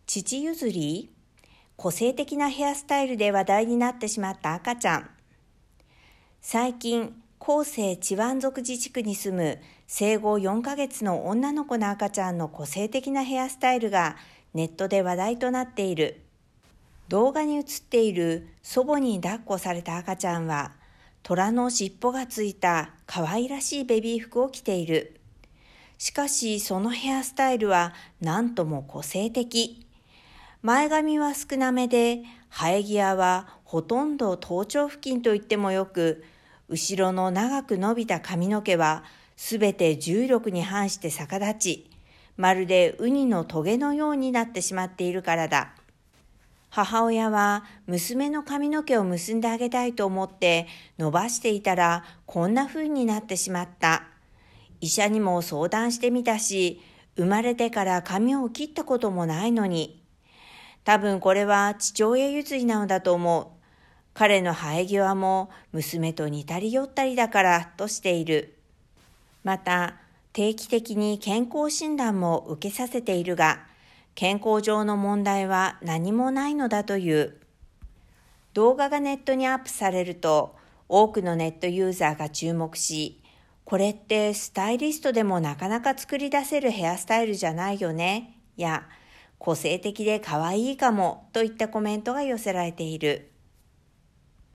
父譲り？個性的なヘアスタイルで話題になってしまった赤ちゃん。最近、広西チワン族自治区に住む生後4ヶ月の女の子の赤ちゃんの個性的なヘアスタイルがネットで話題となっている。動画に映っている祖母に抱っこされた赤ちゃんは、虎の尻尾がついた可愛らしいベビー服を着ている。しかしそのヘアスタイルはなんとも個性的。前髪は少なめで、生え際はほとんど頭頂付近と言ってもよく、後ろの長く伸びた髪の毛はすべて重力に反して逆立ち、まるでウニのトゲのようになってしまっているからだ。母親は娘の髪の毛を結んであげたいと思って伸ばしていたらこんな風になってしまった。医者にも相談してみたし、生まれてから髪を切ったこともないのに。多分これは父親譲りなのだと思う。彼の生え際も娘と似たり寄ったりだからとしている。また定期的に健康診断も受けさせているが、健康上の問題は何もないのだという。動画がネットにアップされると、多くのネットユーザーが注目し、これってスタイリストでもなかなか作り出せるヘアスタイルじゃないよね、や個性的で可愛いかもといったコメントが寄せられている。